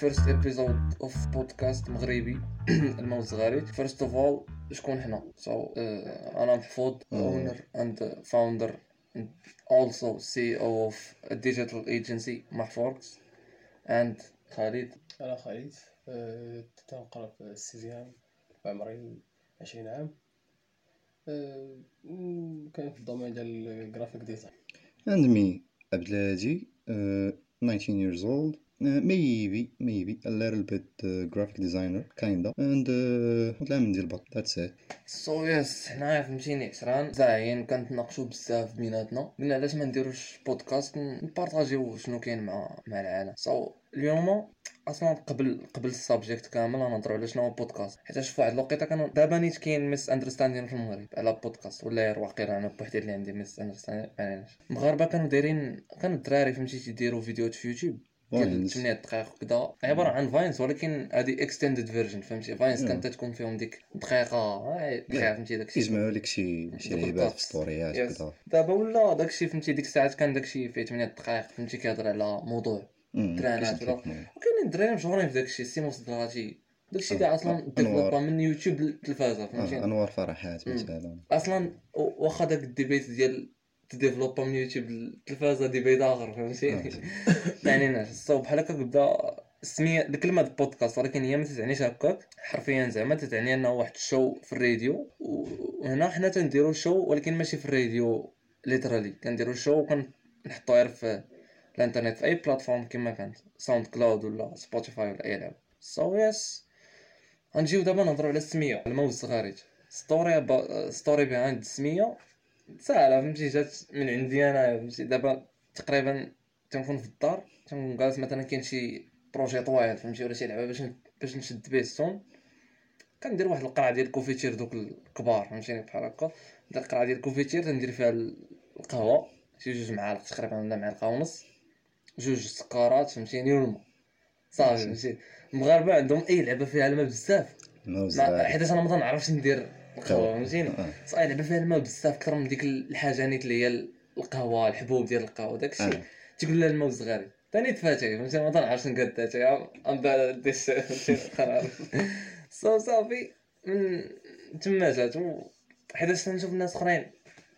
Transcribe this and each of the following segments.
first episode of podcast مغربي الموت الصغاري. First of all شكون حنا؟ أنا محفوظ owner and founder and also CEO of a digital agency Mahforks and خالد. أنا خالد تنقرأ في السيزيام وعمري 20 عام. كان في الدومين ديال الجرافيك ديزاين. And me Abdelhadi, 19 years old, maybe a little bit graphic designer kinda, and العام ديال البط. That's it. So yes حنا فهمتيني عشران زاين كنتناقشوا بزاف بيناتنا، قلنا علاش ما نديروش بودكاست نبارطاجيو شنو كاين مع العالم. اليوم اصلا قبل السابجيكت كامل غنهضروا على شنو هو بودكاست، حيت في واحد الوقيته كانوا دابا نيت كاين ميس اندرستاندين في المغرب على بودكاست، ولا غير واقيلا انا بوحدي اللي عندي ميس اندرستاندين معناش. المغاربه كانوا الدراري فهمتي تيديروا فيديوهات في يوتيوب ديال 8 دقائق وكذا، عباره عن فاينز ولكن هذه اكستندد فيرجن فهمتي. فاينز كانت تكون فيهم ديك دقيقه فهمتي داكشي يجمعوا لك شي لعيبات في ستوريات وكذا. دابا ولا داكشي فهمتي ديك الساعات كان داكشي فيه 8 دقائق فهمتي كيهضر على موضوع درانات ولا وكاين الدراري مشهورين في داكشي. سيمو صدراتي داكشي كاع اصلا ديفلوبا من يوتيوب للتلفازه فهمتي. انوار فرحات مثلا اصلا واخا داك الديبيت ديال تديفلوبا من يوتيوب للتلفازه ديبيت اخر فهمتي. يعني ناس بحال هكا بدا السميه الكلمه بودكاست، ولكن هي ما تعنيش هكاك حرفيا، زعما تعني انه واحد الشو في الراديو. وهنا حنا تنديروا شو ولكن ماشي في الراديو ليترالي، كنديروا شو وكنحطوه غير في الانترنت في اي بلاتفورم كما كانت ساوند كلاود ولا سبوتيفاي ولا اي لعبه. يس غنجيو دابا نهضروا على السميه الموت الصغاري. ستوري بيهايند السميه سهله فهمتي، جات من عندي انا فهمتي. دابا تقريبا تنكون في الدار تنكون جالس مثلا كاين شي بروجي طويل فهمتي ولا شي لعبه باش نشد به السون، كندير واحد القرعه ديال الكوفيتير دوك الكبار فهمتيني بحال هكا. ديك القرعه ديال الكوفيتير تندير فيها القهوه شي 2 معالق تقريبا ولا معلقه ونص، 2 سكرات فهمتيني والماء صافي فهمتي. المغاربه عندهم اي لعبه فيها الماء بزاف، حيت انا ما تنعرفش ندير القهوه فهمتيني. صاي لعبه فيها الماء بزاف اكثر من ديك الحاجانيت اللي هي القهوه الحبوب ديال القهوه داكشي تيقول لها الماء صغاري ثاني تفاتي فهمتي. ما تنعرفش نقاد اتاي ام بعد ديس خلاص صافي من تما جاتو. حيت تنشوف الناس اخرين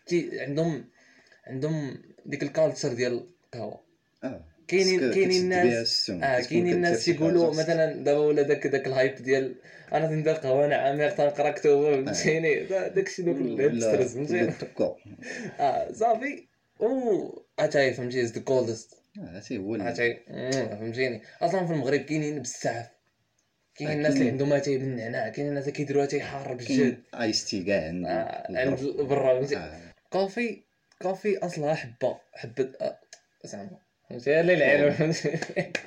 عندهم ديك الكالتشر ديال القهوه. كاينين الناس يقولوا مثلا دابا ولا داك الهايب ديال انا تندير قهوه انا عامر تنقرا كتب فهمتيني. داكشي دوك الستريس فهمتي. صافي اتاي فهمتي از ذا كولدست هاتي هو فهمتيني. اصلا في المغرب كاينين بزاف، كاين الناس اللي عندهم اتاي بالنعناع، كاين الناس اللي كيديروا اتاي حار بالجد، ايس تي كاع عند برا فهمتي. كافي اصلا حبه زعما فهمتي لا العلم فهمتي.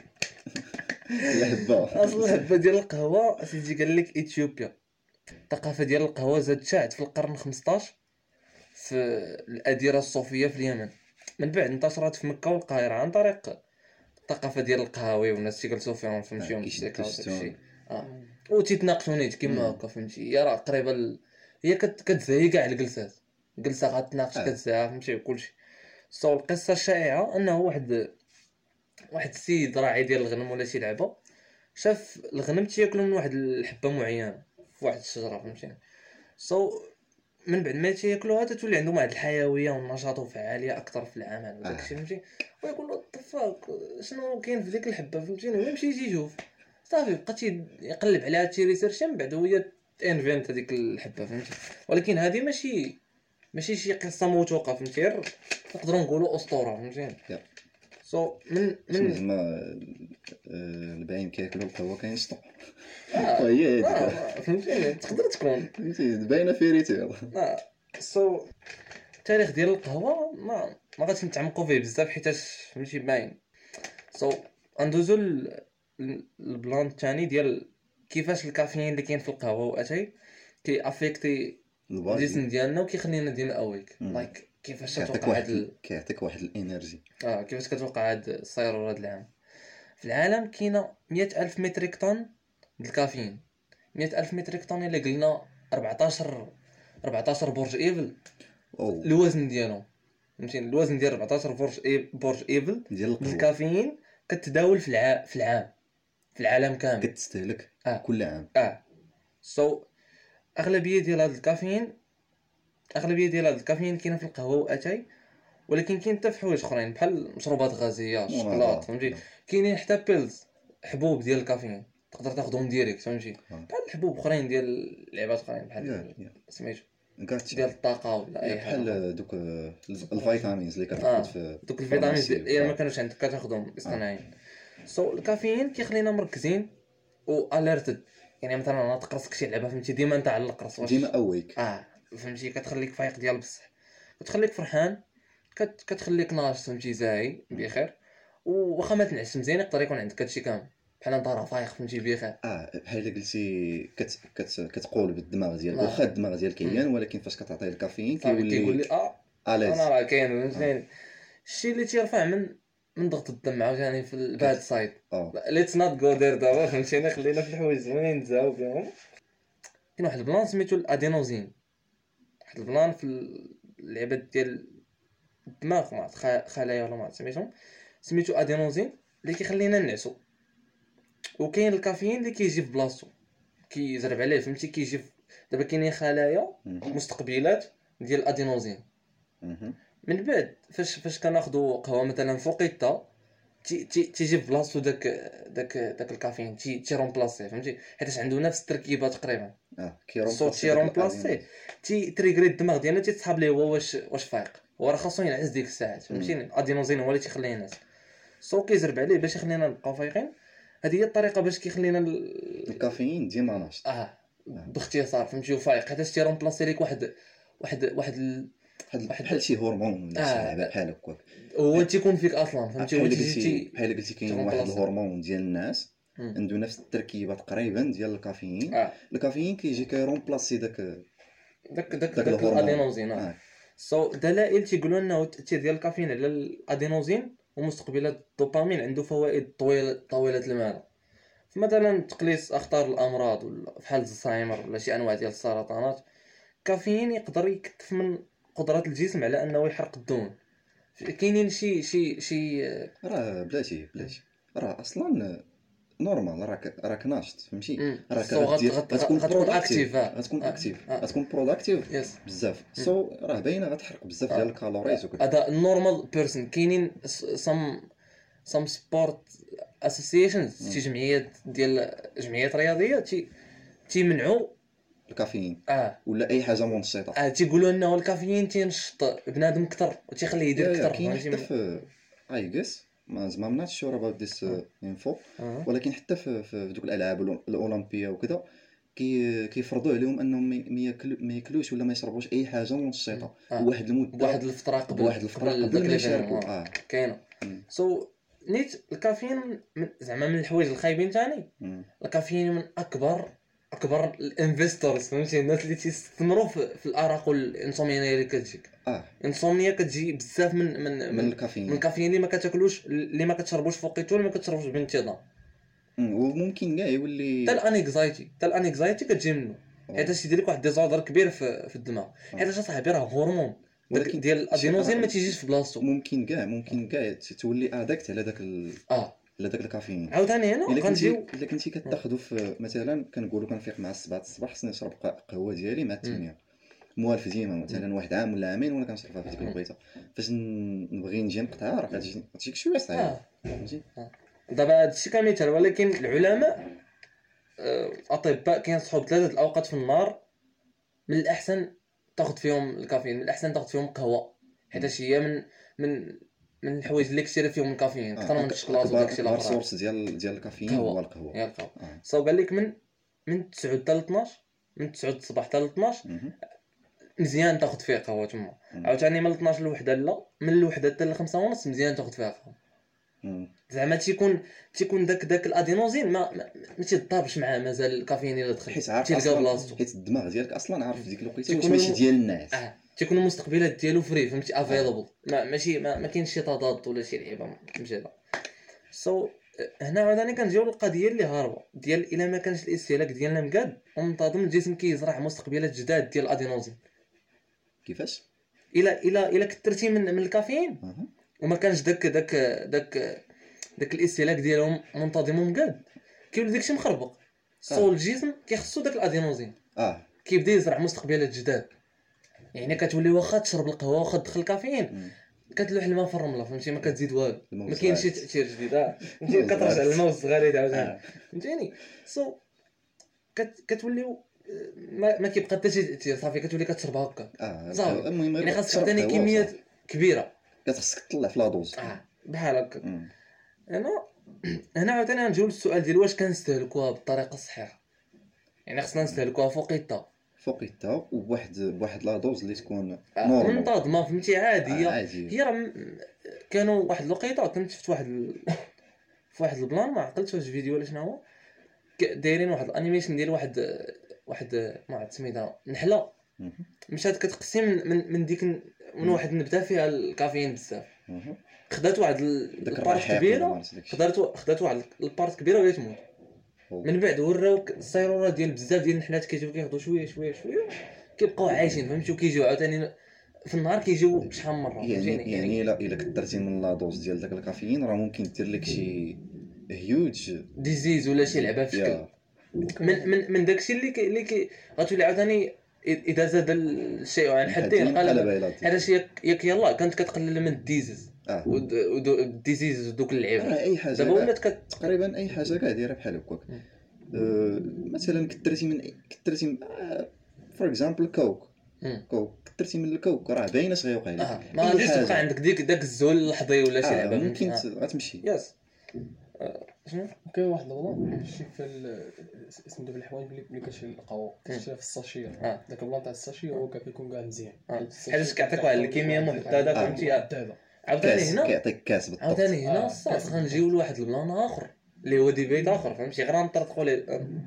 الحبه اصلا الحبه ديال القهوه سيدي قال لك اثيوبيا الثقافه ديال القهوه زادت في القرن 15 في الاديره الصوفيه في اليمن، من بعد انتشرت في مكه والقاهره عن طريق الثقافه ديال القهاوي والناس تيجلسوا فيهم فهمتيهم داكشي وتيتناقشوا نيت كيما هكا فهمتي. هي راه قريبه هي كتزهي كاع الجلسات، جلسه غتناقش كتزهى فهمتي وكلشي. القصه الشائعه انه واحد السيد راعي ديال الغنم ولا شي لعبه شاف الغنم تياكلوا من واحد الحبه معينه في واحد الشجره فهمتيني. من بعد ما تياكلوها تتولي عندهم واحد الحيويه والنشاط وفعاليه اكثر في العمل وداكشي فهمتي. ويقول له طفاك شنو كاين في ديك الحبه فهمتيني، ويمشي تيشوف صافي بقى يقلب عليها تيريسيرش من بعد هي انفنت هذيك الحبه فهمتي. ولكن هذه ماشي شي قصه موثوقه فهمتي، نقدروا نقولوا اسطوره فهمتيني. من زعما الباين كياكلوا القهوه كينشطوا هي هذيك فهمتيني تقدر تكون فهمتي باينه فيريتي. التاريخ ديال القهوه ما غاديش نتعمقوا فيه بزاف حيتاش فهمتي باين. غندوزو البلان الثاني ديال كيفاش الكافيين اللي كاين في القهوه واتاي كيافيكتي الجسم ديالنا وكيخلينا ديما اويك لايك كيفاش كيعطيك واحد الانرجي. كيفاش كتوقع هاد الصيرور هاد العام في العالم كاينه 100,000 متريك طن ديال الكافيين. 100,000 متريك طن الا قلنا 14 برج ايفل الوزن ديالهم فهمتيني. الوزن ديال 14 برج ايفل ديال الكافيين كتداول في العام في العالم كامل. كتستهلك آه. كل عام. سو اغلبيه ديال هذا الكافيين كاينه في القهوه واتاي، ولكن كاين حتى في حوايج اخرين بحال مشروبات غازيه، الشوكولات، فهمتي. كاينين حتى بيلز، حبوب ديال الكافيين تقدر تاخذهم ديريكت، فهمتي. بحال الحبوب اخرين ديال لعبات اخرين بحال سميتو ديال الطاقه ولا اي حاجه بحال دوك الفيتامينز اللي كتاخذ في دوك الفيتامينز الا ما كانوش عندك كتاخذهم اصطناعيين. سو الكافيين كيخلينا مركزين و اليرتد، يعني مثلا انا تقرصك شي لعبه، فهمتي، ديما انت على القرص، ديما اويك. فهمتي، كتخليك فايق ديال بصح، كتخليك فرحان، كتخليك ناشط، فهمتي، زاهي بخير. وواخا ما تنعس مزيان يقدر يكون عندك هادشي كامل، بحال انت راه فايق، فهمتي، بخير. بحال قلتي كتقول بالدماغ ديالك، واخا الدماغ ديالك كيان، ولكن فاش كتعطيه الكافيين كيقول لي انا راه كاين، فهمتيني. الشيء اللي تيرفع من ضغط الدم عاوتاني في الباد سايد. ليتس نوت جو دير دابا، فهمتيني، خلينا في الحوايج زوينين نتزاو بهم. كاين واحد البلان سميتو الادينوزين، واحد البلان في اللعبات ديال الدماغ، مع خلايا ولا ما سميتو ادينوزين، اللي كيخلينا نعسو. وكاين الكافيين اللي كيجي في بلاصتو، كيزرب عليه، فهمتي، كيجي دابا كاينين خلايا مستقبلات ديال الادينوزين. من بعد فاش كناخذوا قهوه مثلا فوقيتا، تيجي في بلاصتو داك الكافيين، تيرومبلاسي، فهمتي، حيت عنده نفس التركيبه تقريبا. كيرومبلاسي تريغري الدماغ ديالنا، تيتسحب ليه هو واش فايق، هو راه خاصو ينعس ديك الساعات، فهمتيني. الادينوزين هو اللي تيخليه ينعس، كيزرب عليه باش يخلينا نبقاو فايقين. هذه هي الطريقه باش كيخلينا الكافيين ديما ناشط باختصار، فهمتي، وفايق، حيت تيرومبلاسي ليك واحد بحال شي هرمون ولا شي لعبه بحال هكاك، هو تيكون فيك اصلا، فهمتي. هو بحال قلتي كاين واحد الهرمون ديال الناس عنده نفس التركيبه تقريبا ديال الكافيين. الكافيين كيجي كيرومبلاسي داك الادينوزين. دلائل تيقولوا انه التاثير ديال الكافيين على الادينوزين ومستقبلات الدوبامين عنده فوائد طويله المدى، مثلا تقليص اخطار الامراض بحال الزهايمر ولا شي انواع ديال السرطانات. الكافيين يقدر يكثف من قدرات الجسم على انه يحرق الدهون. كاينين شي راه بلاتي راه اصلا نورمال، راك ناشط، فهمتي، راك غتكون اكتيف، غتكون بروداكتيف بزاف. راه باينه غتحرق بزاف ديال الكالوريز وكذا. هذا نورمال بيرسون. كاينين سم سبورت اسوسيشنز، شي جمعيات رياضيه تيمنعوا الكافيين ولا اي حاجه منشطه. تيقولوا انه الكافيين تينشط بنادم اكثر وتيخليه يدير اكثر. كاين حتى في ايغس زعما ما نعرفش شور اباوت ذيس انفو، ولكن حتى في دوك الالعاب الاولمبيه وكذا كيفرضوا عليهم انهم ما ياكلوش ولا ما يشربوش اي حاجه منشطه بواحد المده، بواحد الفتره قبل ما يشاركوا. كاينه. نيت الكافيين زعما من الحوايج الخايبين ثاني. الكافيين من اكبر الانفستورز، فهمتي، الناس اللي تيستثمروا في الارق والانسومنيا اللي كتجيك. انسومنيا كتجي بزاف من الكافيين اللي ما كتاكلوش، اللي ما كتشربوش فوقيتو، اللي ما كتشربوش بانتظام. وممكن كاع يولي حتى الانكزايتي كتجي منه، حيت تيدير لك واحد ديزوردر كبير في الدماغ. حيت صاحبي راه هرمون ديال الادينوزين ما تيجيش في بلاصتو. ممكن كاع تولي ادكت على داك على داك الكافيين. عاوتاني هنا كنجيو الا كنتي كتاخذو في مثلا كنقولوا كنفيق مع 7 الصباح، خصني نشرب قهوه ديالي مع 8 موالف ديما، مثلا واحد عام ولا عامين وانا كنشربها في ديك الوقيته. فاش نبغي نجي نقطعها راه غتجيك شويه صعيبه، فهمتي. دابا هادشي كمثال، ولكن العلماء الاطباء كينصحوا ب3 الاوقات في النهار من الاحسن تاخذ فيهم الكافيين، من الاحسن تاخذ فيهم قهوه، حيت هي من الحوايج اللي كثير فيهم الكافيين اكثر من الشوكولاته وداكشي الاخر. السورس ديال الكافيين هو القهوه. قال لك من 9 حتى ل 12، من 9 الصباح حتى ل 12 مزيان تاخذ فيه قهوه تما. عاوتاني من 12 لوحده، لا من الوحده حتى ل 5 ونص مزيان تاخذ فيها قهوه. زعما تيكون داك الادينوزين ما تيضابش معاه مازال الكافيين الا دخل، تيلقى بلاصتو، حيت الدماغ ديالك اصلا عارف في ديك الوقيته واش ماشي ديال الناس. تيكون المستقبلات ديالو فري، فهمتي، افيلابل، ماشي ما كاينش شي تضاد ولا شي لعيبه مجهده. هنا عاوتاني كنجيو للقضيه اللي هاربه ديال الا ما كانش الاستهلاك ديالنا مقاد ومنتظم، الجسم كيزرع مستقبلات جداد ديال الادينوزين. كيفاش؟ الا كثرتي من الكافيين وما كانش داك الاستهلاك ديالهم منتظم ومقاد، كيولي داكشي مخربق. سو الجسم كيخصو داك الادينوزين كيبدا يزرع مستقبلات جداد. يعني كتولي واخا تشرب القهوه واخا تدخل الكافيين كتلوح الماء في الرمله فهمتي ما كتزيد والو ما كاينش شي تاثير جديد فهمتي كترجع للماء الصغير عاوتاني فهمتيني. سو كتوليو ما كيبقى حتى شي تاثير صافي كتولي كتشرب هكا صافي. يعني خاصك تعطيني كميات كبيره كتخصك تطلع في لا دوز بحال هكا. هنا عاوتاني غنجيو للسؤال ديال واش كنستهلكوها بالطريقه الصحيحه. يعني خصنا نستهلكوها فوقيتها وبواحد لا دوز اللي تكون منتظمه فهمتي عاديه. هي راه كانوا واحد الوقيته كنت شفت في واحد البلان ما عقلتش واش فيديو ولا شنو هو دايرين واحد الانيميشن ديال واحد ما عرفت سميتها نحله مشات كتقسم من ديك من واحد النبته فيها الكافيين بزاف خدات واحد البارت كبيره خدات واحد البارت كبيره وهي تموت. من بعد وراوك السيروره ديال بزاف ديال النحلات كيجيو كياخذوا شويه كيبقاو عايشين فهمتي وكيجيو عاوتاني في النهار كيجيو شحال من مره. يعني الا كثرتي من لا دوز ديال داك الكافيين راه ممكن دير لك شي هيوج ديزيز ولا شي لعبه في شكل من داكشي اللي غتولي عاوتاني اذا زاد الشيء عن حدين قلب هذا الشيء يلا كانت كتقلل من الديزيز والديزيز ودوك اللعيبه اي حاجه دابا ولات تقريبا اي حاجه كاع دايره بحال هكاك. مثلا كثرتي من فور اكزامبل كوك كثرتي من الكوك راه باينه اش غيوقع لك ما غاديش تبقى عندك داك الزول اللحظي ولا شي لعبه ممكن غتمشي ياس. شنو كاين واحد البلان شي في اسم دابا الحوايج اللي كتشري القهوه كتشريها في الساشيه داك البلان تاع الساشيه هو كيكون كاع مزيان حيت كيعطيك واحد الكيمياء محدده فهمتي عاوتاني هنا كيعطيك كاس بالضبط. عاوتاني هنا الصاص غنجيو لواحد البلان اخر اللي هو ديبيت اخر فهمتي غير نطرقوا ليه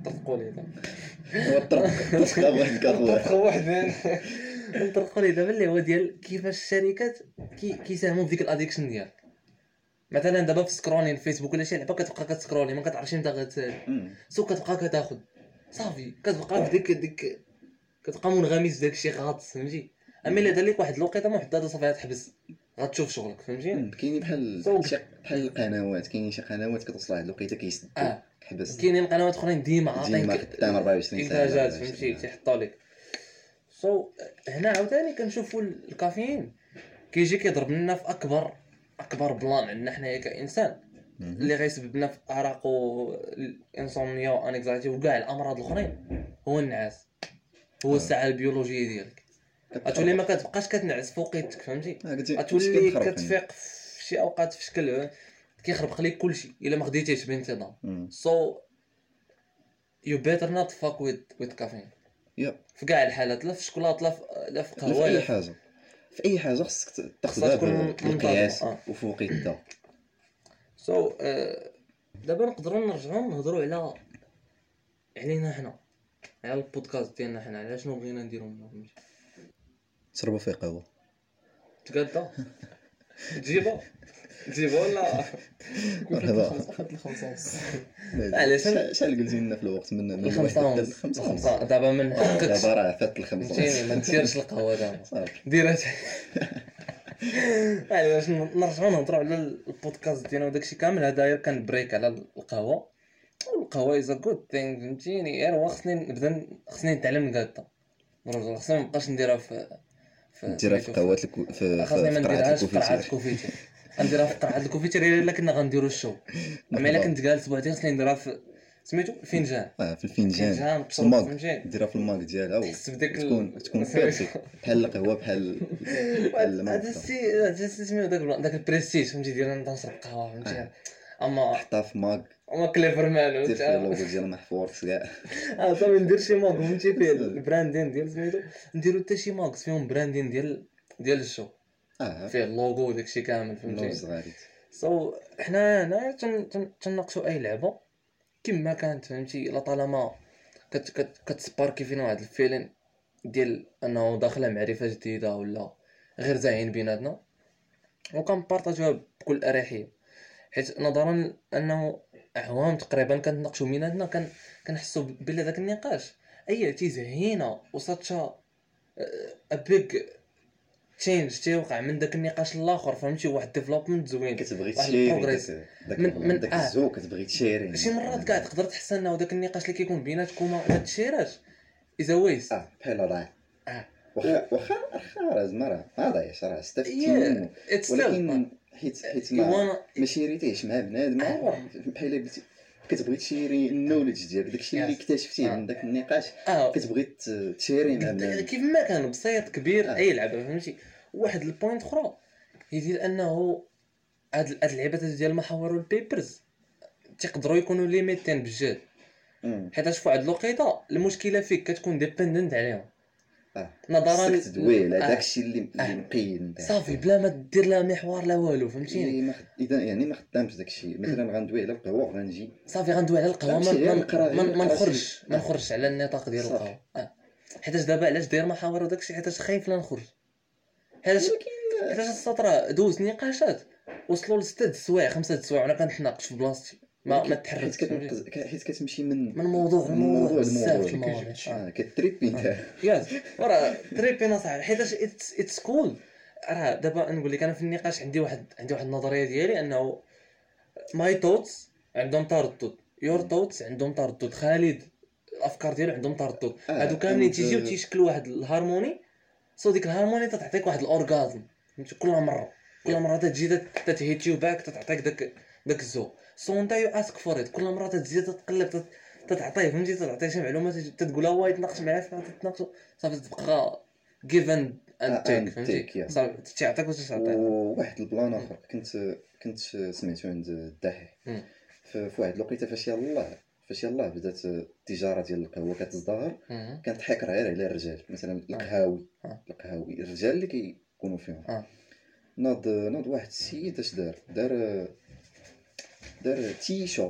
هو نطرقوا ليه دابا اللي هو ديال كيفاش الشركات كيساهموا في ديك الاديكشن ديال مثلا دابا في سكرولين فيسبوك ولا شي لعبه كتبقى كتسكرولي ما كتعرفش امتى غتسالي سو كتبقى كتاخذ صافي كتبقى في ديك كتبقى منغمس داك الشيء غاطس فهمتي. اما الا دار لك واحد الوقيته محدده صافي غتحبس غتشوف شغلك فهمتي. كاينين بحال القنوات كاينين شي قنوات كتوصل لواحد الوقيته كيسد كحبس كاينين قنوات اخرين ديما عاطينك قدام 24 ساعه انتاجات فهمتي تيحطوا لك. هنا عاوتاني كنشوفوا الكافيين كيجي كيضرب لنا في اكبر بلان عندنا حنايا كانسان اللي غيسبب لنا في ارق والانسومنيا وانكزايتي وكاع الامراض الاخرين هو النعاس هو الساعه البيولوجيه ديالك. غتولي ما كتبقاش كتنعس فوقيتك فهمتي غتولي كتفيق في شي اوقات في شكل كيخربق لك كلشي الا ما خديتيش بانتظام. سو يو بيتر نوت فاك ويز كافيين في كاع الحالات لا في الشوكولاط لا في قهوه في اي حاجه خصك تاخذها بالقياس وفوقيتها. دابا نقدروا نرجعوا نهضروا علينا حنا على البودكاست ديالنا حنا على شنو بغينا نديرو منه فهمتي. تشربوا فيه قهوه تقادا تجيبها ولا خدت الخمسة ونص علاش شحال قلتي لنا في الوقت من خمسة دابا من حقك دابا راه فات الخمسة فهمتيني ما ديرش القهوه دابا ديرها علاش نرجعوا نهضروا على البودكاست ديالنا وداكشي كامل. هذا كان بريك على القهوه از ا جود ثينغ فهمتيني. غير هو خصني نتعلم نقادا خصني ما نبقاش نديرها في قهوات في خاصني ما نديرهاش في قرعه الكوفيتير غنديرها في قرعه الكوفيتير الا كنا غنديروا الشو. اما الا كنت جالس بوحدي خصني نديرها في سميتو الفنجان في الفنجان الماك ديرها في الماك ديالها تكون بيرفيكت بحال القهوه بحال هذا السي سميتو داك البريستيج فهمتي ديال نشرب قهوه فهمتي. اما حطها في ماك اما كليفر مان دير فيها اللوغو ديال محفورس كاع صافي ندير شي ماك فهمتي فيه البراندين ديال سميتو نديرو حتى شي ماكس فيهم براندين ديال الشو فيه اللوغو وداكشي كامل فهمتي. حنا هنا تناقشوا اي لعبه كما كانت فهمتي لا طالما كتسباركي فينا واحد الفيلين ديال انه داخله معرفه جديده ولا غير زاين بيناتنا وكنبارطاجوها بكل اريحيه. حيت نظرا انه اعوام تقريبا كنتناقشوا بيناتنا كنحسوا بلا داك النقاش اي تيزهينا وصاتشا ا بيج تشينج تيوقع من داك النقاش الاخر فهمتي واحد ديفلوبمنت زوين كتبغي واحد تشيري البروغريس من داك الزو كتبغي تشيري شي مرات كاع تقدر تحس انه داك النقاش اللي كيكون بيناتكم هاد الشيرات اذا ويست بحال ضايع واخا زعما راه ما ضايعش راه استفدتي منه ولكن حيت ما شيريتيهش مع بنادم بحال قلتي كتبغي تشيري النولج ديالك داكشي اللي اكتشفتيه من داك النقاش كتبغي تشيري مع بنادم كيف ما كان بسيط كبير اي لعبه فهمتي. واحد البوينت اخرى هي ديال انه هاد اللعبات ديال المحاور والبيبرز تيقدروا يكونوا ليميتين بجد حيت في واحد الوقيته المشكله فيك كتكون ديبندنت عليهم نظرا تدوي على داكشي اللي مقيد صافي بلا ما دير لها محور لا والو فهمتيني. اذا يعني ما خدامش داكشي مثلا غندوي على القهوه غنجي صافي غندوي على القهوه ما نخرجش على النطاق ديال القهوه حيت دابا علاش داير محاور وداكشي حيت خايف لا نخرج حيت السطر دوز نقاشات وصلوا ل6 سوايع 5 سوايع وانا كنتناقش في بلاصتي ما تحركش حيت كتمشي من موضوع بزاف كتريبي انت ياس راه تريبينا صاحبي حيت اتس كول. راه دابا نقول لك انا في النقاش عندي واحد النظريه ديالي انه ماي توتس عندهم تردد يور توتس عندهم تردد خالد الافكار ديالو عندهم تردد هادو كاملين تيجيو تيشكلوا واحد الهارموني سو ديك الهارموني تعطيك واحد الاورغازم كل مره تجي تهيتيو باك تعطيك داك الذوق سو انت يو اسك فور ات كل مره تزيد تقلب تعطيه فهمتي تعطيه شي معلومات تقولها هو يتناقش معاك تتناقشوا صافي تبقى جيفن اند تيك فهمتي صافي تعطيك واش تعطيك. وواحد البلان اخر كنت سمعته عند الدحيح في واحد الوقيته فاش يلاه بدات التجاره ديال القهوه كتزدهر كانت حكر غير على الرجال مثلا القهاوي الرجال اللي كيكونوا فيهم ناض واحد السيد اش دار تي شوب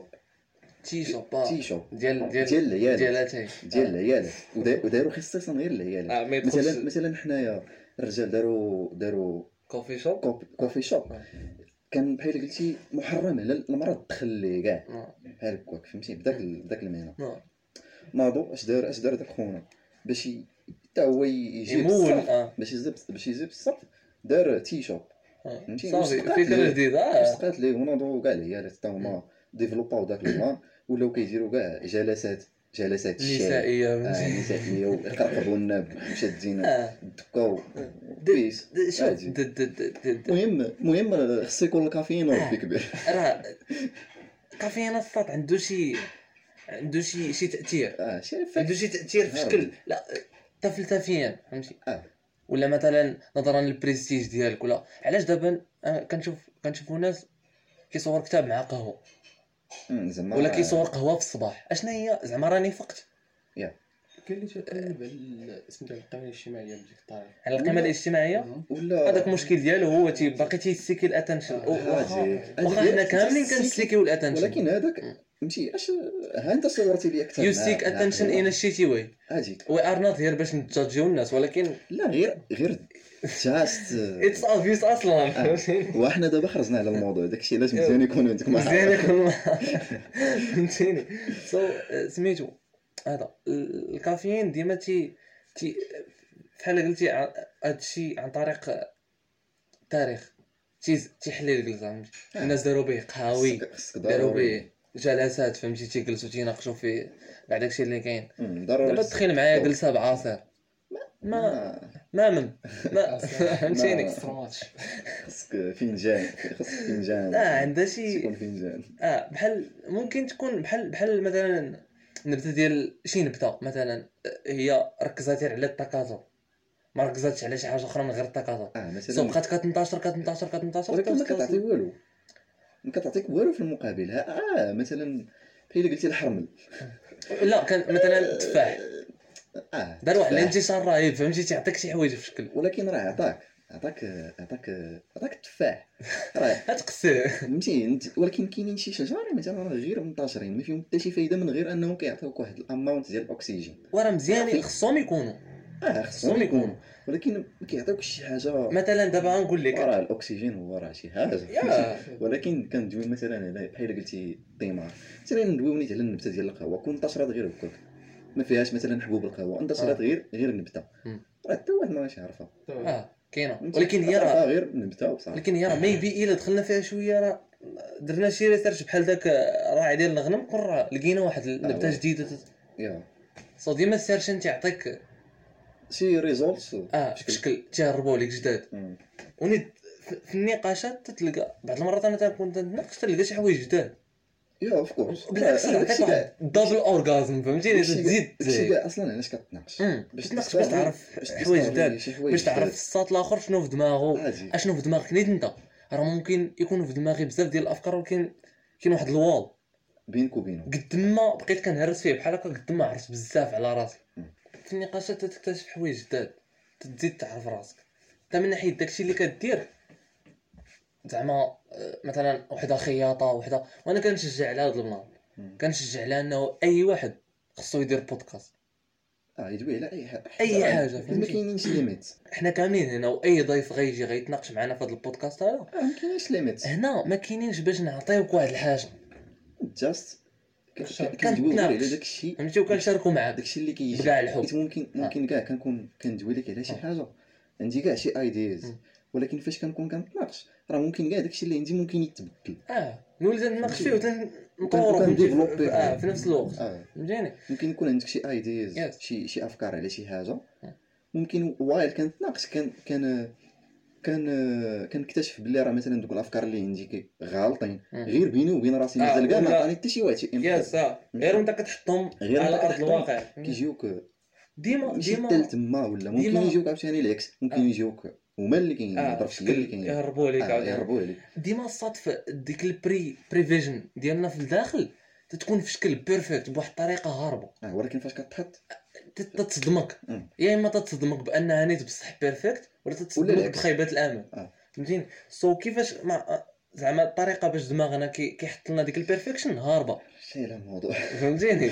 ديال العيالات وداروا خصيصا غير العيالات مثلا حنايا الرجال داروا كوفي شوب كان بحال قلتي محرم على المراه تدخل ليه كاع بحال هكاك فهمتي بداك المعنى ناضو اش دار داك خونا باش حتى هو يجيب باش يجيب الصف دار تي شوب فهمتي صافي فكره جديده استقات ليه وناضو كاع العيالات حتى هما ديفلوباو داك البلان ولاو كيديروا كاع جلسات نسائيه نسائيه ويقرقبوا الناب شادين الدكا بيس المهم خصو يكون الكافيين وربي كبير راه الكافيين الصوت عنده شي تاثير عنده شي تاثير في شكل لا فلسفيا فهمتي ولا مثلا نظرا للبريستيج ديالك ولا علاش دابا كنشوفوا ناس كيصور كتاب مع قهوه ولا كيصور قهوه في الصباح اشنا هي زعما راني فقت كاين اللي تيقلب على اسم ديال القيمه الاجتماعيه بديك الطريقه على القيمه الاجتماعيه ولا هذاك المشكل ديالو هو باقي تيسيكي الاتنشن واخا حنا كاملين كنسيكيو الاتنشن ولكن هذاك فهمتي اش ها انت صورتي لي اكثر يو سيك اتنشن ان شيتي واي وي ار نوت هير باش نجادجيو الناس ولكن لا غير جاست اتس اوبفيوس اصلا وحنا دابا خرجنا على الموضوع داكشي علاش مزيان يكون عندك فهمتيني سو سميتو هذا الكافيين ديما تي بحال قلتي هادشي عن طريق التاريخ تيحلل الكلام الناس داروا به قهاوي داروا به جلسات فهمتي تيجلسوا تيناقشوا في كاع داكشي اللي كاين دابا تخيل معايا جلسه بعصير ما فهمتيني خصك فنجان عندها شي يكون فنجان بحال ممكن تكون بحال مثلا نبته ديال شي نبته مثلا هي ركزات على التكاثر ما ركزاتش على شي حاجه اخرى من غير التكاثر مثلا بقات كتنتشر ولكن ما كتعطي والو ما كتعطيك والو في المقابل مثلا بحال قلتي الحرمل لا كان مثلا التفاح دار واحد الانتشار رهيب فهمتي تيعطيك شي حوايج في شكل ولكن راه عطاك التفاح راه تقسيه فهمتي ولكن كاينين شي شجر مثلا راه غير منتشرين ما فيهم حتى شي فايده من غير انهم كيعطيوك واحد الاماونت ديال الاكسجين وراه مزيان خصهم يكونوا ولكن ما كيعطيوكش شي حاجه مثلا دابا غنقول لك راه الاكسجين هو راه شي حاجه ولكن كندوي مثلا على بحال قلتي الثمار مثلا ندويو نيت على النبته ديال القهوه كون انتشرات غير هكاك ما فيهاش مثلا حبوب القهوه انتشرات غير النبته راه حتى واحد ما يعرفها كاينه، ولكن هي راه غير نبدا بصراحه، لكن هي راه ميبي الا دخلنا فيها شويه راه درنا شي ريسيرش بحال داك الراعي ديال الغنم، راه لقينا واحد النبته جديده سو ديما السيرشن تيعطيك شي ريزولتس بشكل تيهربوا لك جداد. ونيت في النقاشات تتلقى بعض المرات انا تنكون تناقش تلقى شي حوايج جداد اوف كورس، بالعكس عطيك واحد دبل اورغازم فهمتيني، تزيد داكشي كاع اصلا علاش كتناقش باش تعرف حوايج جداد، باش تعرف الساط الاخر شنو في دماغه، اشنو في دماغك نيت انت. راه ممكن يكون في دماغي بزاف ديال الافكار، ولكن كاين واحد الوال بينك وبينه قد ما بقيت كنهرس فيه بحال هكا قد ما عرفت بزاف على راسي. في النقاشات تكتشف حوايج جداد، تزيد تعرف راسك حتى من ناحيه داكشي اللي كدير. زعما مثلا وحده خياطه وحده، وانا كنشجع على هذا البلان، كنشجع على انه اي واحد خصو يدير بودكاست يدوي على اي حاجه ما كاينينش ليميت. حنا كاملين هنا، واي ضيف غيجي غيتناقش معنا في هذا البودكاست هذا ما كاينينش ليميت هنا، ما كاينينش باش نعطيوك واحد الحاجه جاست كندويو على داكشي فهمتي، وكنشاركوا معاك داكشي اللي كيجي بكاع الحب. ممكن كاع كنكون كندوي لك على شي حاجه، عندي كاع شي ايديز، ولكن فاش كنكون كنتناقش راه ممكن كاع داكشي اللي عندي ممكن يتبدل. نولي نناقش فيه وتنطوروا في نفس الوقت فهمتيني. ممكن يكون عندك شي ايديز شي افكار على شي حاجه، ممكن وايل كنتناقش كنكتشف بلي راه مثلا دوك الافكار اللي عندي غالطين غير بيني وبين راسي، مازال كاع ما عطاني حتى شي واحد غير انت كتحطهم على ارض الواقع كيجيوك ديما تما، ولا ممكن يجيوك عاوتاني العكس، ممكن يجيوك هما اللي كاين اللي كاين يهربوا لك عليك. ديما الصدف ديك البريفيجن ديالنا في الداخل تتكون في شكل بيرفكت بواحد الطريقه هاربه، ولكن فاش كتحط تتصدمك، يا اما تتصدمك بانها نيت بصح بيرفكت، ولا تتصدمك بخيبه الامل فهمتيني. كيفاش زعما الطريقه باش دماغنا كيحط لنا ديك البيرفكشن هاربه شي لا الموضوع فهمتيني.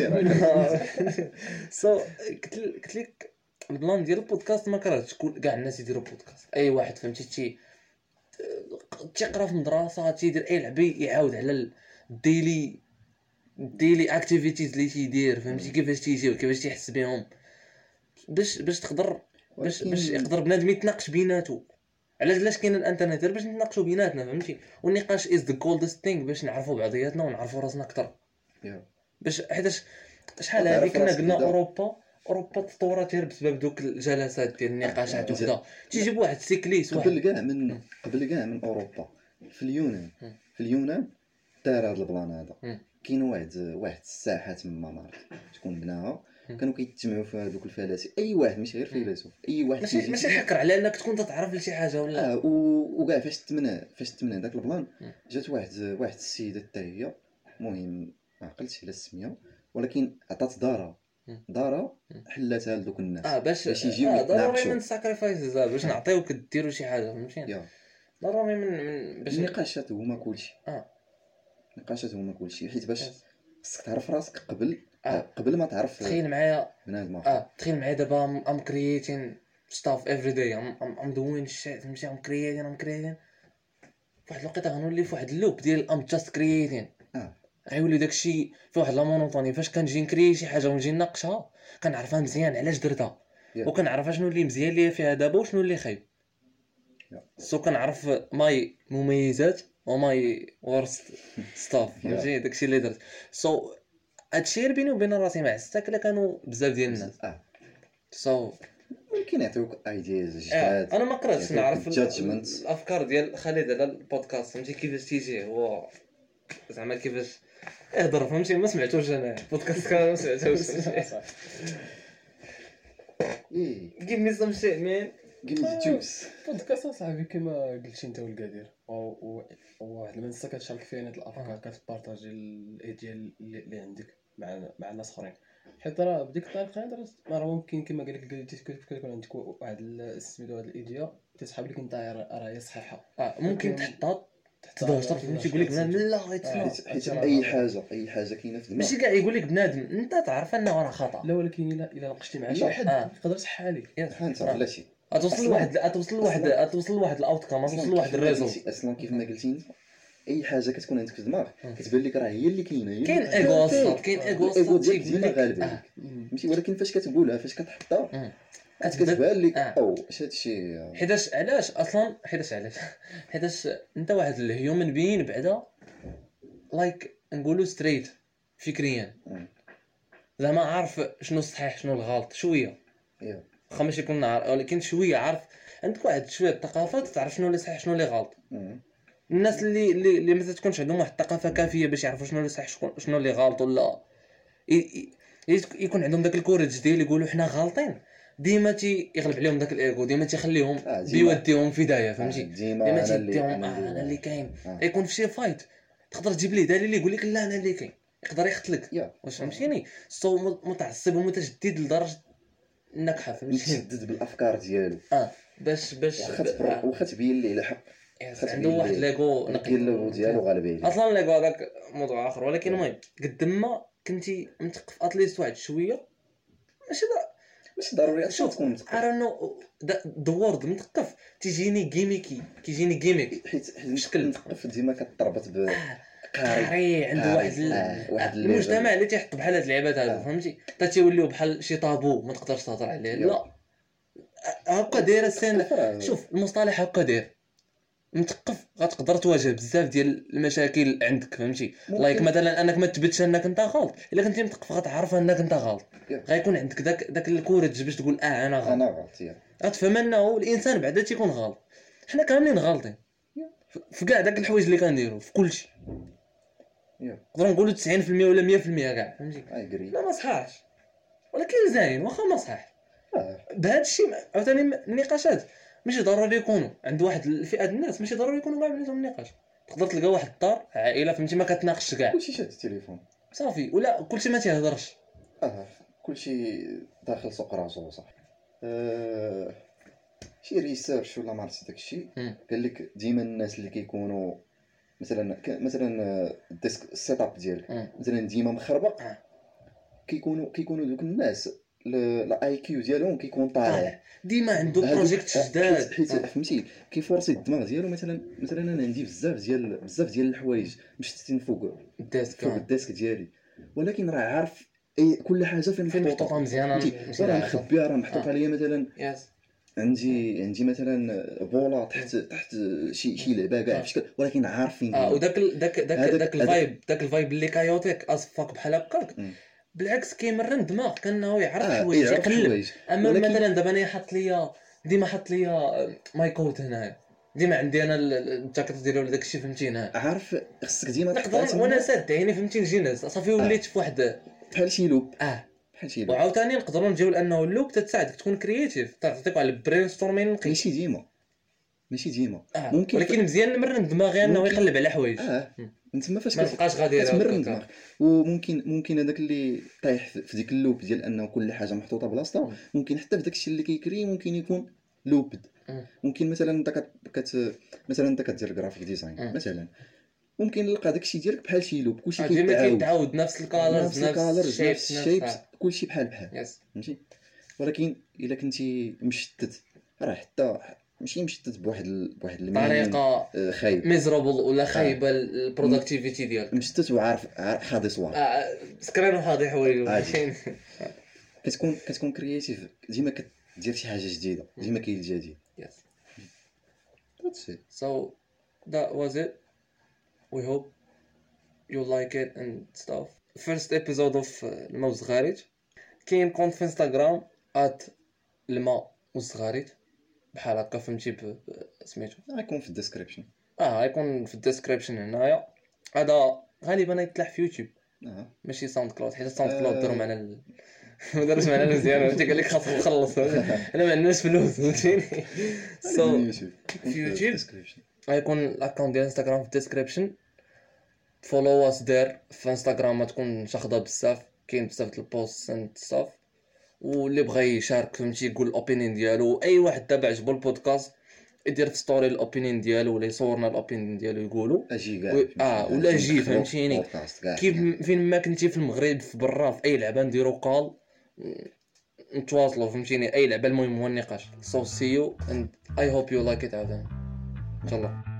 قلت لك البلان ديال البودكاست ما كرهتش كاع الناس يديروا بودكاست، اي واحد فهمتي تيقرا في مدرسه تيدير اي لعبه يعاود على الديلي اكتيفيتيز اللي تيدير فهمتي، كيفاش تيجيو كيفاش تيحس بهم باش تقدر باش يقدر بنادم يتناقش بيناتو. علاش كاين الانترنت؟ باش نتناقشوا بيناتنا فهمتي، والنقاش از ذا جولدست ثينغ باش نعرفوا بعضياتنا ونعرفوا راسنا اكثر. باش حيتاش شحال هذه كنا قلنا اوروبا تطورت غير بسبب دوك الجلسات ديال النقاشات وكذا، تيجي بواحد سيكليس واحد قبل كاع من اوروبا. في اليونان دار هذا البلان هذا، كاين واحد الساحه تما مارك تكون بناها، كانوا كيتجمعوا في هذوك الفلاسفه، اي واحد ماشي غير فيلسوف، اي واحد ماشي حكر على انك تكون تتعرف لشي حاجه ولا وكاع فاش تمنى داك البلان جات واحد السيده حتى هي، المهم ما عقلتش على السميه، ولكن عطات دارا حلاتها لدوك الناس باش يجيو يتناقشوا من ساكريفايسز باش نعطيوك ديروا شي حاجه فهمتيني. ضروري من باش النقاشات هما كلشي النقاشات هما كلشي، حيت باش خصك تعرف راسك قبل ما تعرف. تخيل معايا بنادم اخر تخيل معايا دابا ام كرييتين ستاف افري داي، ام دوين الشيء فهمتي، ام كرييتين فواحد الوقيته غنولي فواحد اللوب ديال ام جاست كرييتين، غيولي داكشي في واحد لا مونوطوني. فاش كنجي نكري شي حاجه ونجي نناقشها كنعرفها مزيان علاش درتها، وكنعرف شنو اللي مزيان ليا فيها دابا وشنو اللي خايب. كنعرف ماي مميزات وماي ورست ستاف فهمتي، داكشي اللي درت. هادشي بيني وبين راسي مع الساكله كانوا بزاف ديال الناس ممكن يعطيوك ايديز جداد. انا ما قراتش نعرف الافكار ديال خالد على البودكاست فهمتي، كيفاش تيجي هو زعما كيفاش اهضر فهمتي، ما سمعتوش انا البودكاست كان ما سمعتوش. give me some shit man give me the juice. بودكاست صاحبي كما قلتي انت والقادر، واحد المنصه كتشارك فيها هاد الافكار، كتبارطاجي الايديا اللي عندك مع الناس اخرين، حيت راه بديك الطريقه راه ممكن كما قال لك كيكون عندك واحد سميتو هاد الايديا تسحب لك انت راه هي صحيحه، ممكن تحطها تهضر فهمتي، يقول لك بنادم لا حيت اي حاجه كاينه في دماغك ماشي كاع يقول لك بنادم انت تعرف انه راه خطا، لا ولكن الا ناقشتي مع شي واحد يقدر يصح عليك انت بلاتي توصل لواحد الاوتكم، توصل لواحد الريزولت. اصلا كيف ما قلتي انت اي حاجه كتكون عندك في دماغك كتبان لك راه هي اللي كاينه، كاين ايغو ديالك ديما غالب عليك فهمتي، ولكن فاش كتقولها فاش كتحطها كتبان لك او اش هادشي حيتاش علاش اصلا حيتاش انت واحد الهيومن بين بعدا لايك نقولوا ستريت فكريا زعما عارف شنو الصحيح شنو الغلط شويه واخا ماشي يكون عارف ولكن شويه عارف عندك واحد شويه الثقافات تعرف شنو اللي صحيح شنو اللي غلط. الناس اللي ما تكونش عندهم واحد الثقافه كافيه باش يعرفوا شنو اللي صحيح شنو اللي غلط ولا يكون عندهم داك الكوريج ديال يقولوا حنا غالطين ديما يغلب عليهم داك الايغو ديما تيخليهم بيوديهم في داهيه فهمتي ديما تيديهم انا اللي كاين يكون في شي فايت تقدر تجيب ليه دليل يقول لك لا انا اللي كاين يقدر يقتلك واش فهمتيني سو متعصب ومتجدد لدرجه النكحه فهمتي متشدد بالافكار ديالو باش واخا تبين ليه على حق عنده واحد ليغو نقي ديالو غالب عليه اصلا ليغو هذاك موضوع اخر ولكن المهم قد ما كنتي متقف اتليست واحد شويه ماشي ضروري تكون متقف ارانو ذا وورد متقف تيجيني جيميكي كيجيني جيميك حيت بشكل متقف ديما كتربط قاري عنده واحد المجتمع اللي تيحط بحال هاد اللعبات هادو فهمتي حتى تيوليو بحال شي طابو ما تقدرش تهضر عليه لا هكا دايره السين شوف المصطلح هكا داير متقف غتقدر تواجه بزاف ديال المشاكل عندك فهمتي لايك مثلا انك ما تثبتش انك انت غلط الا كنتي متقف غتعرف انك انت غلط غيكون عندك داك الكورج باش تقول انا غلط غتفهم انه الانسان بعدا تيكون غلط حنا كاملين غالطين في كاع داك الحوايج اللي كنديروا في كلشي نقدروا نقولوا 90% ولا 100% كاع فهمتي لا ما صحاحش ولكن زاين واخا ما صحاح بهذا الشيء عاوتاني النقاشات ماشي ضروري يكونوا عند واحد الفئه ديال الناس ماشي ضروري يكونوا كاع بيناتهم النقاش تقدر تلقى واحد الدار عائله فهمتي ما كتناقش كاع كلشي شاد التليفون صافي ولا كلشي ما تيهضرش كلشي داخل سوق راسو صح شي ريسيرش ولا ما عرفتش داكشي قال لك ديما الناس اللي كيكونوا مثلا الديسك السيت اب ديالك مثلا ديما مخربق كيكونوا دوك الناس الاي كيو ديالهم كيكون طالع ديما عنده بروجيكت جداد حيت فهمتي كيفورسي الدماغ ديالو مثلا انا عندي بزاف ديال الحوايج مشتتين فوق الديسك ديالي ولكن راه عارف اي كل حاجه فين محطوطه مزيانه راه مخبيه راه محطوطه ليا مثلا عندي مثلا بولا تحت شي لعبه كاع في شكل ولكن عارفين وداك الفايب اللي كايوتيك اصفاك بحال هكاك بالعكس كيمرن الدماغ كانه يعرف حوايج يقلب اما مثلا دابا انا ديما حط ليا مايكوت هنايا ديما عندي انا الجاكيت ديالي ولا داك الشيء فهمتي هنا عارف خصك ديما نقدر وانا ساد عيني فهمتي نجي ناس صافي وليت في واحد بحال شي لوب وعاوتاني نقدروا نجيو لانه اللوب تتساعدك تكون كرييتيف تعطيك على البرين ستورمين ماشي ديما ممكن ولكن مزيان نمرن دماغي انه يقلب على حوايج انت ما فاش كتبقاش غادي تمرن دماغك وممكن هذاك اللي طايح في ديك اللوب ديال انه كل حاجه محطوطه بلاصتها ممكن حتى في داك الشيء اللي كيكري ممكن يكون لوبد ممكن مثلا انت كدير جرافيك ديزاين مثلا ممكن نلقى داك الشيء ديالك بحال شي لوب كلشي كيتعاود نفس الكالرز نفس الشيبس كلشي بحال فهمتي ولكن الا كنتي مشتت راه حتى ماشي مشتت بواحد طريقه خايب ميزرابل ولا خايبه البروداكتيفيتي ديالك مشتت وعارف حاضي صوار سكران وحاضي حوايج كتكون كرياتيف ديما كدير شي حاجه جديده ديما كاين الجديد that's it so that was it we hope you like it and stuff first episode of الموز غاريت كاين كونت في انستغرام @الموز بحال هكا فهمتي سميتو غيكون في الديسكريبشن غيكون في الديسكريبشن هنايا هذا غالبا يطلع في يوتيوب ماشي ساوند كلاود حيت ساوند كلاود داروا معنا ما دارش معنا مزيان فهمتي قال لك خاص نخلص انا ما عندناش فلوس فهمتيني سو في يوتيوب غيكون الاكونت ديال انستغرام في الديسكريبشن فولو اس دير في انستغرام ما تكون شاخده بزاف كاين بزاف د البوست اند ستاف واللي بغى يشارك فهمتي يقول الاوبينيون ديالو اي واحد تابع عجبو البودكاست يدير في ستوري الاوبينيون ديالو ولا يصورنا الاوبينيون ديالو يقولوا اجي كاع ولا اجي فهمتيني كيف فين ما كنتي في المغرب في برا في اي لعبه نديرو كال نتواصلوا فهمتيني اي لعبه المهم هو النقاش so see you and I hope you like it عاوتاني ان شاء الله